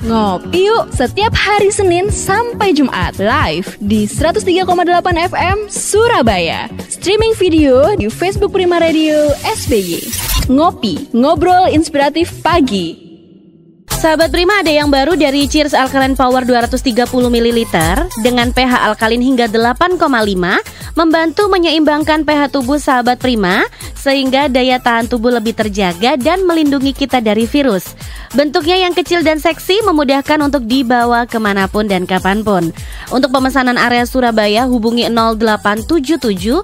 Ngopi yuk setiap hari Senin sampai Jumat live di 103,8 FM Surabaya. Streaming video di Facebook Prima Radio SBY. Ngopi, ngobrol inspiratif pagi. Sahabat Prima, ada yang baru dari Cheers Alkaline Power 230 ml dengan pH alkalin hingga 8,5 membantu menyeimbangkan pH tubuh sahabat Prima sehingga daya tahan tubuh lebih terjaga dan melindungi kita dari virus. Bentuknya yang kecil dan seksi memudahkan untuk dibawa kemanapun dan kapanpun. Untuk pemesanan area Surabaya hubungi 0877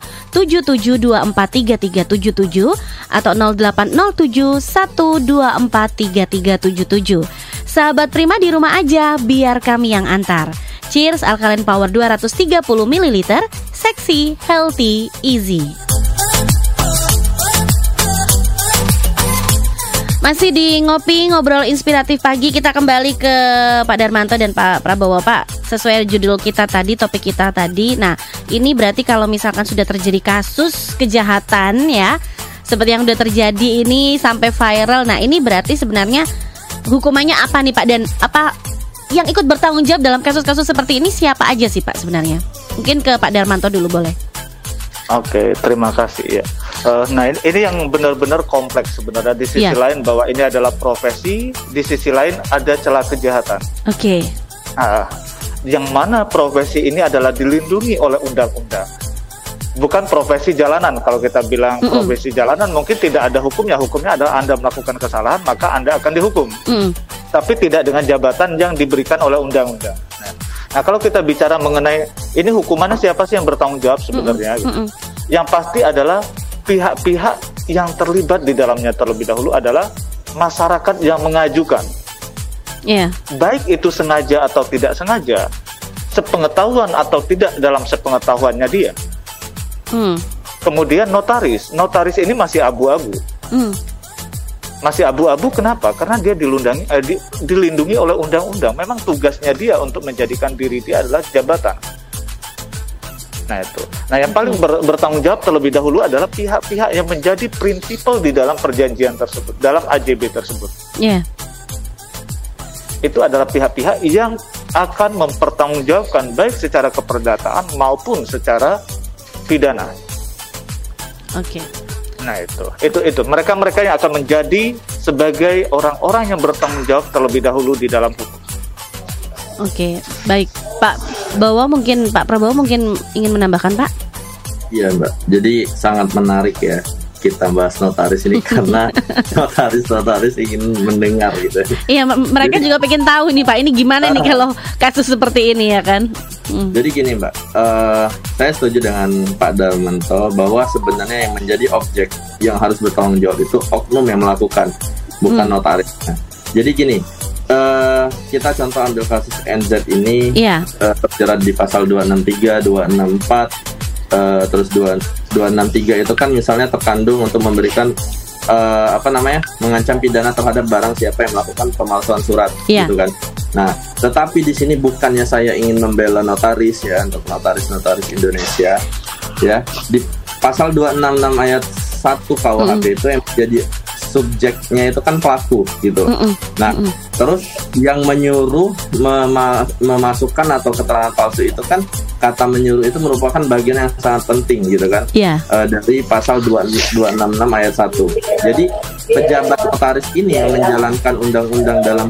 77243377 atau 0807 1243377. Sahabat Prima di rumah aja, biar kami yang antar. Cheers Alkaline Power 230 ml, seksi, healthy, easy. Masih di Ngopi Ngobrol Inspiratif Pagi, kita kembali ke Pak Darmanto dan Pak Prabowo. Pak, sesuai judul kita tadi, topik kita tadi. Nah, ini berarti kalau misalkan sudah terjadi kasus kejahatan ya, seperti yang sudah terjadi ini sampai viral. Nah, ini berarti sebenarnya hukumannya apa nih Pak? Dan apa yang ikut bertanggung jawab dalam kasus-kasus seperti ini siapa aja sih Pak sebenarnya? Mungkin ke Pak Darmanto dulu boleh. Oke, terima kasih ya. Nah ini yang benar-benar kompleks sebenarnya. Di sisi lain bahwa ini adalah profesi, di sisi lain ada celah kejahatan. Oke. Yang mana profesi ini adalah dilindungi oleh undang-undang. Bukan profesi jalanan. Kalau kita bilang profesi jalanan mungkin tidak ada hukumnya. Hukumnya adalah Anda melakukan kesalahan maka Anda akan dihukum. Tapi tidak dengan jabatan yang diberikan oleh undang-undang. Nah kalau kita bicara mengenai ini hukumannya siapa sih yang bertanggung jawab sebenarnya? Gitu. Yang pasti adalah pihak-pihak yang terlibat di dalamnya terlebih dahulu adalah masyarakat yang mengajukan. Baik itu sengaja atau tidak sengaja, sepengetahuan atau tidak dalam sepengetahuannya dia. Kemudian notaris ini masih abu-abu. Masih abu-abu kenapa? Karena dia dilindungi oleh undang-undang. Memang tugasnya dia untuk menjadikan diri dia adalah jabatan. Nah itu. Nah yang paling bertanggung jawab terlebih dahulu adalah pihak-pihak yang menjadi prinsipal di dalam perjanjian tersebut, dalam AJB tersebut. Itu adalah pihak-pihak yang akan mempertanggungjawabkan baik secara keperdataan maupun secara pidana. Nah itu mereka yang akan menjadi sebagai orang-orang yang bertanggung jawab terlebih dahulu di dalam hukum. Baik Pak Prabowo mungkin ingin menambahkan Pak? Iya Mbak, jadi sangat menarik ya kita bahas notaris ini karena notaris ingin mendengar gitu. Iya, mereka juga pengen tahu nih Pak, ini gimana nih kalau kasus seperti ini ya kan? Jadi gini Mbak, saya setuju dengan Pak Darmanto bahwa sebenarnya yang menjadi objek yang harus bertanggung jawab itu oknum yang melakukan, bukan notarisnya. Jadi gini, kita contoh ambil kasus NZ ini, terjerat di pasal 263, 264, terus 263 itu kan misalnya terkandung untuk memberikan mengancam pidana terhadap barang siapa yang melakukan pemalsuan surat, gitu kan. Nah, tetapi di sini bukannya saya ingin membela notaris ya, untuk notaris Indonesia ya. Di pasal 266 ayat 1 KUHP itu yang menjadi subjeknya itu kan pelaku gitu. Nah, terus yang menyuruh memasukkan atau keterangan palsu itu kan, kata menyuruh itu merupakan bagian yang sangat penting gitu kan, dari pasal 266 ayat 1. Jadi pejabat notaris ini yang menjalankan undang-undang dalam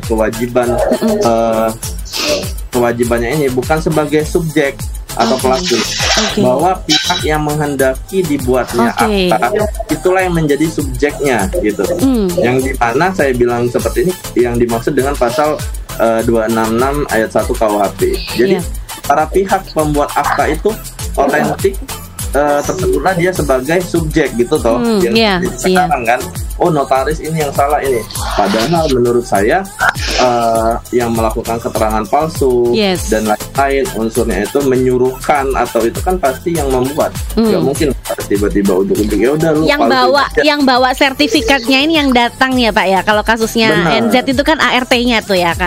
kewajibannya ini bukan sebagai subjek atau pelaku, bahwa pihak yang menghendaki dibuatnya akta itulah yang menjadi subjeknya gitu. Yang dimana saya bilang seperti ini yang dimaksud dengan pasal 266 ayat 1 KUHP. Jadi para pihak pembuat akta itu otentik, tersebutlah dia sebagai subjek gitu toh, yang dikatakan kan, oh notaris ini yang salah ini. Padahal menurut saya yang melakukan keterangan palsu dan lain-lain unsurnya itu menyuruhkan, atau itu kan pasti yang membuat. Gak mungkin tiba-tiba ujung-ujung ya udah lu yang bawa sertifikatnya ini yang datang ya Pak ya. Kalau kasusnya NZ itu kan ART-nya tuh ya kan.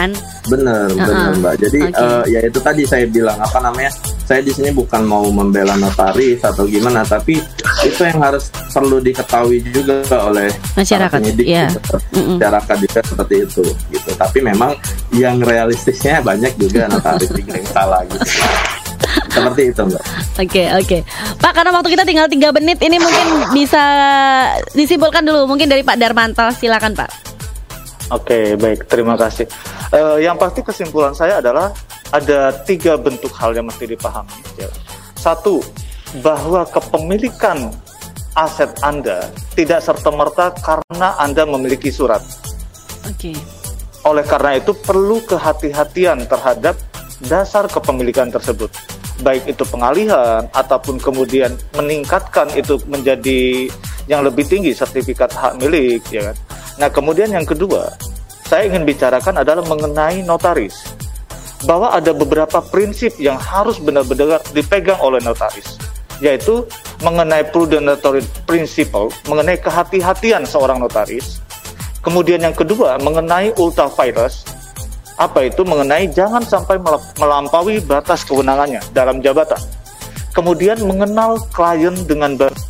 Bener Mbak. Jadi ya itu tadi saya bilang saya di sini bukan mau membela notaris atau gimana, tapi itu yang harus perlu diketahui juga oleh masyarakat, masyarakat juga seperti itu gitu. Tapi memang yang realistisnya banyak juga notaris yang salah gitu. Seperti itu Mbak. Oke. Pak, karena waktu kita tinggal 3 menit, ini mungkin bisa disimpulkan dulu mungkin dari Pak Darmanto, silakan Pak. Oke, baik, terima kasih. Yang pasti kesimpulan saya adalah ada 3 bentuk hal yang mesti dipahami. Ya. 1, bahwa kepemilikan aset Anda tidak serta-merta karena Anda memiliki surat. Oke. Oleh karena itu perlu kehati-hatian terhadap dasar kepemilikan tersebut. Baik itu pengalihan ataupun kemudian meningkatkan itu menjadi yang lebih tinggi, sertifikat hak milik, ya kan. Nah, kemudian yang kedua, saya ingin bicarakan adalah mengenai notaris. Bahwa ada beberapa prinsip yang harus benar-benar dipegang oleh notaris, yaitu mengenai prudentory principle, mengenai kehati-hatian seorang notaris. Kemudian yang kedua, mengenai ultra vires, apa itu? Mengenai jangan sampai melampaui batas kewenangannya dalam jabatan. Kemudian mengenal klien dengan baik.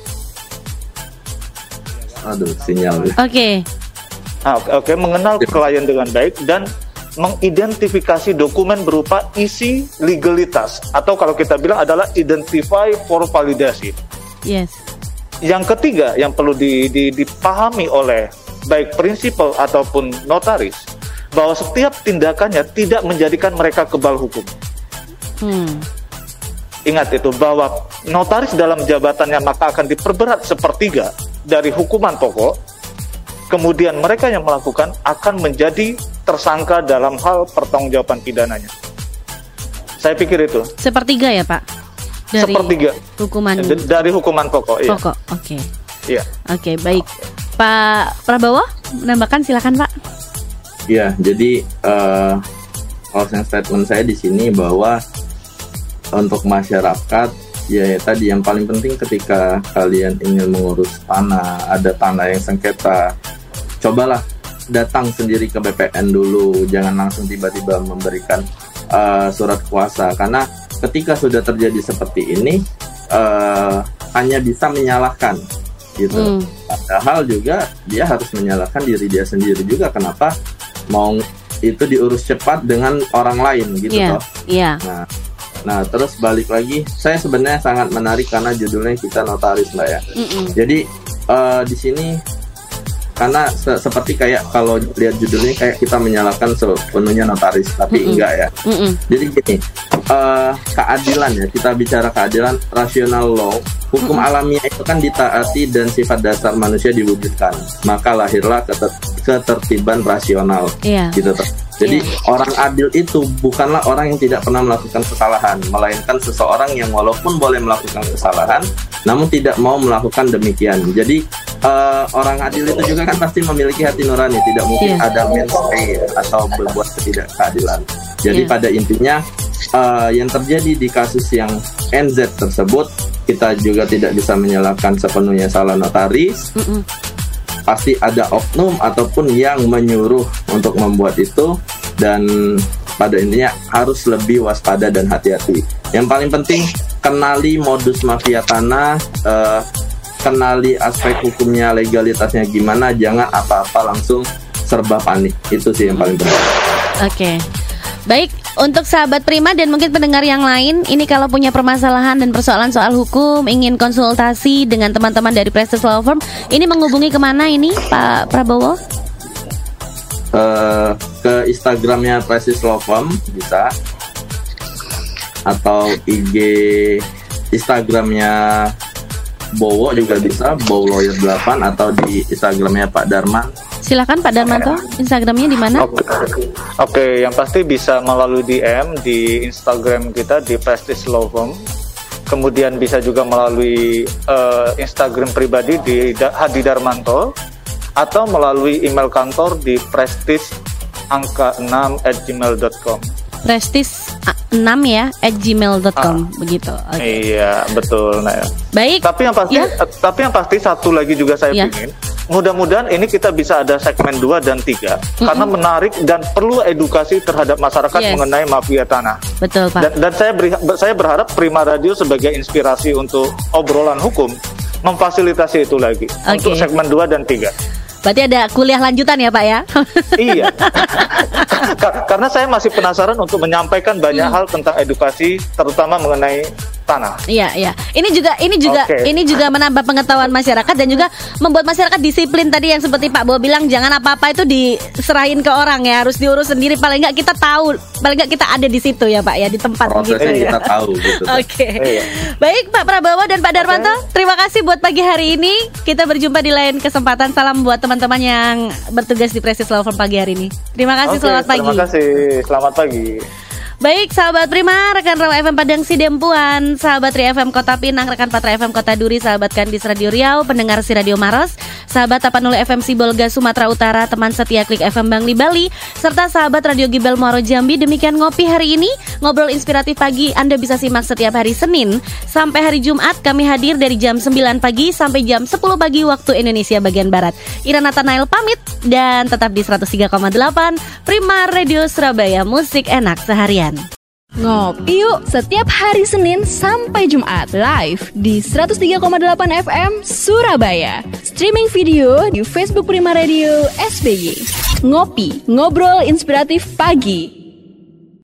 Aduh, sinyal. Oke. Oke, mengenal klien dengan baik dan mengidentifikasi dokumen berupa isi legalitas, atau kalau kita bilang adalah identify for validasi. Yes. Yang ketiga yang perlu dipahami oleh baik prinsipal ataupun notaris, bahwa setiap tindakannya tidak menjadikan mereka kebal hukum. Ingat itu, bahwa notaris dalam jabatannya maka akan diperberat 1/3 dari hukuman pokok. Kemudian mereka yang melakukan akan menjadi tersangka dalam hal pertanggungjawaban pidananya. Saya pikir itu 1/3 ya Pak? Dari 1/3 hukuman dari hukuman pokok. Iya. Pokok, oke. Iya. Oke, baik. Pak Prabowo, menambahkan silakan Pak. Iya, jadi closing statement saya di sini bahwa untuk masyarakat, ya tadi yang paling penting ketika kalian ingin mengurus tanah, ada tanah yang sengketa, cobalah datang sendiri ke BPN dulu, jangan langsung tiba-tiba memberikan surat kuasa, karena ketika sudah terjadi seperti ini hanya bisa menyalahkan gitu. Padahal juga dia harus menyalahkan diri dia sendiri juga, kenapa mau itu diurus cepat dengan orang lain gitu toh. Nah, terus balik lagi, saya sebenarnya sangat menarik karena judulnya kita notaris Mbak ya. Jadi di sini karena seperti kayak kalau lihat judulnya kayak kita menyalahkan sepenuhnya notaris, tapi enggak ya. Jadi gini, keadilan ya, kita bicara keadilan, rational law, hukum alamiah itu kan ditaati dan sifat dasar manusia diwujudkan, maka lahirlah ketertiban rasional gitu. Jadi orang adil itu bukanlah orang yang tidak pernah melakukan kesalahan, melainkan seseorang yang walaupun boleh melakukan kesalahan, namun tidak mau melakukan demikian. Jadi orang adil itu juga kan pasti memiliki hati nurani, tidak mungkin ada menswear atau berbuat ketidakadilan. Jadi pada intinya yang terjadi di kasus yang NZ tersebut, kita juga tidak bisa menyalahkan sepenuhnya salah notaris. Pasti ada oknum ataupun yang menyuruh untuk membuat itu, dan pada intinya harus lebih waspada dan hati-hati. Yang paling penting, kenali modus mafia tanah, kenali aspek hukumnya, legalitasnya gimana, jangan apa-apa langsung serba panik. Itu sih yang paling penting. Oke. Baik, untuk sahabat Prima dan mungkin pendengar yang lain, ini kalau punya permasalahan dan persoalan soal hukum, ingin konsultasi dengan teman-teman dari Prestige Law Firm, ini menghubungi kemana ini Pak Prabowo? Ke Instagramnya Prestige Law Firm bisa, atau IG Instagramnya Bowo juga bisa, Bowo Lawyer 8, atau di Instagramnya Pak Darman. Silakan Pak Darmanto, Instagramnya di mana? Oke, yang pasti bisa melalui DM di Instagram kita di Prestige Law Firm. Kemudian bisa juga melalui Instagram pribadi di Hadi Darmanto, atau melalui email kantor di prestige6@gmail.com. Prestige6 ya @gmail.com begitu. Iya, betul. Nah, baik. Tapi yang pasti satu lagi juga saya ingin mudah-mudahan ini kita bisa ada segmen 2 dan 3 karena menarik dan perlu edukasi terhadap masyarakat mengenai mafia tanah. Betul, Pak. Dan saya berharap Prima Radio sebagai inspirasi untuk obrolan hukum memfasilitasi itu lagi untuk segmen 2 dan 3. Berarti ada kuliah lanjutan ya Pak ya? Iya. Karena saya masih penasaran untuk menyampaikan banyak hal tentang edukasi, terutama mengenai tanah. Iya, iya. Ini juga menambah pengetahuan masyarakat dan juga membuat masyarakat disiplin tadi yang seperti Pak Bo bilang, jangan apa-apa itu diserahin ke orang ya, harus diurus sendiri. Paling nggak kita tahu, paling nggak kita ada di situ ya Pak ya, di tempat gitu ya. Kita tahu gitu. Baik Pak Prabowo dan Pak Darmanto, terima kasih buat pagi hari ini. Kita berjumpa di lain kesempatan. Salam buat teman-teman yang bertugas di Presisi Law Firm pagi hari ini. Terima kasih, selamat pagi. Terima kasih, selamat pagi. Baik, sahabat Prima, rekan Rawa FM Padang Sidempuan, sahabat Ria FM Kota Pinang, rekan Patra FM Kota Duri, sahabat Kandis Radio Riau, pendengar si Radio Maros, sahabat Tapanuli FM Sibolga Sumatera Utara, teman setia Klik FM Bangli Bali, serta sahabat Radio Gibel Muaro Jambi. Demikian ngopi hari ini, ngobrol inspiratif pagi. Anda bisa simak setiap hari Senin sampai hari Jumat. Kami hadir dari jam 9 pagi sampai jam 10 pagi waktu Indonesia bagian Barat. Ira Nathanael pamit dan tetap di 103,8 Prima Radio Surabaya, musik enak seharian. Ngopi yuk setiap hari Senin sampai Jumat live di 103,8 FM Surabaya. Streaming video di Facebook Prima Radio SBY. Ngopi, ngobrol inspiratif pagi.